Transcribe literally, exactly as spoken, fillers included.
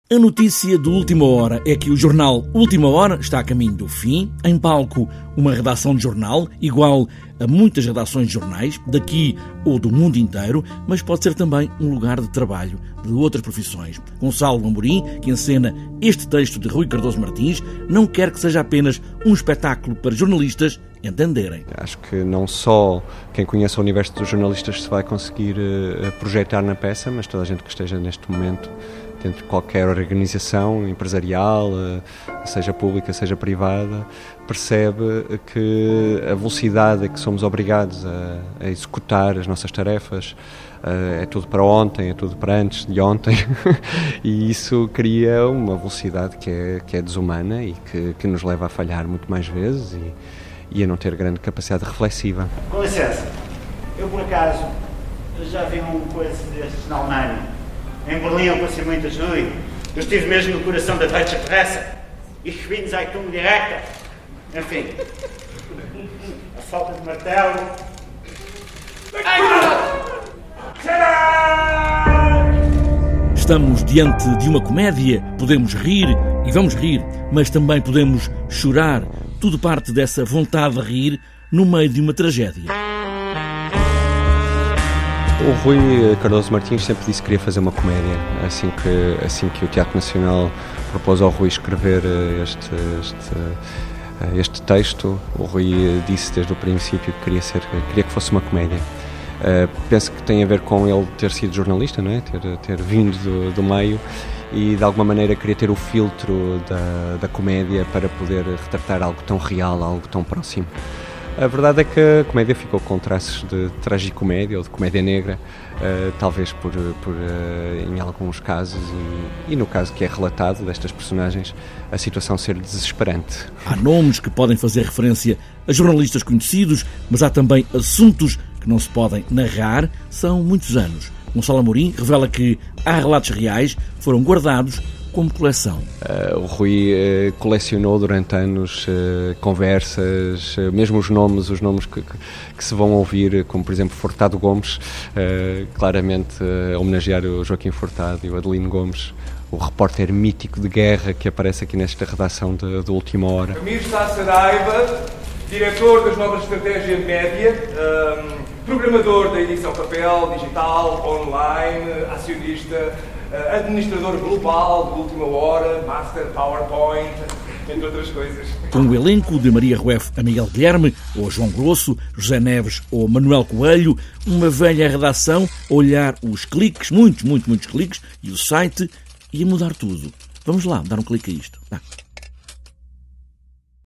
A notícia de última hora é que o jornal Última Hora está a caminho do fim. Em palco, uma redação de jornal, igual a muitas redações de jornais, daqui ou do mundo inteiro, mas pode ser também um lugar de trabalho de outras profissões. Gonçalo Amorim, que encena este texto de Rui Cardoso Martins, não quer que seja apenas um espetáculo para jornalistas entenderem. Acho que não só quem conhece o universo dos jornalistas se vai conseguir uh, projetar na peça, mas toda a gente que esteja neste momento dentro de qualquer organização empresarial, seja pública, seja privada, percebe que a velocidade a que somos obrigados a, a executar as nossas tarefas é tudo para ontem, é tudo para antes de ontem e isso cria uma velocidade que é, que é desumana e que, que nos leva a falhar muito mais vezes e, e a não ter grande capacidade reflexiva. Com licença, eu por acaso já vi um coisa destes na Alemanha. Em Berlim eu conheci muita Júlia. Eu estive mesmo no coração da Deutsche Presse. Ich bin Zeitung direta. Enfim. A falta de martelo. Estamos diante de uma comédia. Podemos rir, e vamos rir, mas também podemos chorar. Tudo parte dessa vontade de rir no meio de uma tragédia. O Rui Cardoso Martins sempre disse que queria fazer uma comédia, assim que, assim que o Teatro Nacional propôs ao Rui escrever este, este, este texto, o Rui disse desde o princípio que queria, ser, queria que fosse uma comédia. Uh, penso que tem a ver com ele ter sido jornalista, não é? ter, ter vindo do, do meio e de alguma maneira queria ter o filtro da, da comédia para poder retratar algo tão real, algo tão próximo. A verdade é que a comédia ficou com traços de tragicomédia ou de comédia negra, uh, talvez por, por uh, em alguns casos, e, e no caso que é relatado destas personagens, a situação ser desesperante. Há nomes que podem fazer referência a jornalistas conhecidos, mas há também assuntos que não se podem narrar. São muitos anos. Gonçalo Amorim revela que há relatos reais que foram guardados como coleção. Uh, o Rui uh, colecionou durante anos uh, conversas, uh, mesmo os nomes, os nomes que, que, que se vão ouvir, como por exemplo Furtado Gomes, uh, claramente uh, homenagear o Joaquim Furtado e o Adelino Gomes, o repórter mítico de guerra que aparece aqui nesta redação de, de Última Hora. Amir Sá Saraiva, diretor das novas estratégias média, um, programador da edição papel, digital, online, acionista, administrador global de Última Hora, Master PowerPoint, entre outras coisas. Com o elenco de Maria Rueff a Miguel Guilherme, ou João Grosso, José Neves ou Manuel Coelho, uma velha redação a olhar os cliques, muitos, muitos, muitos cliques, e o site, e a mudar tudo. Vamos lá, dar um clique a isto. Ah.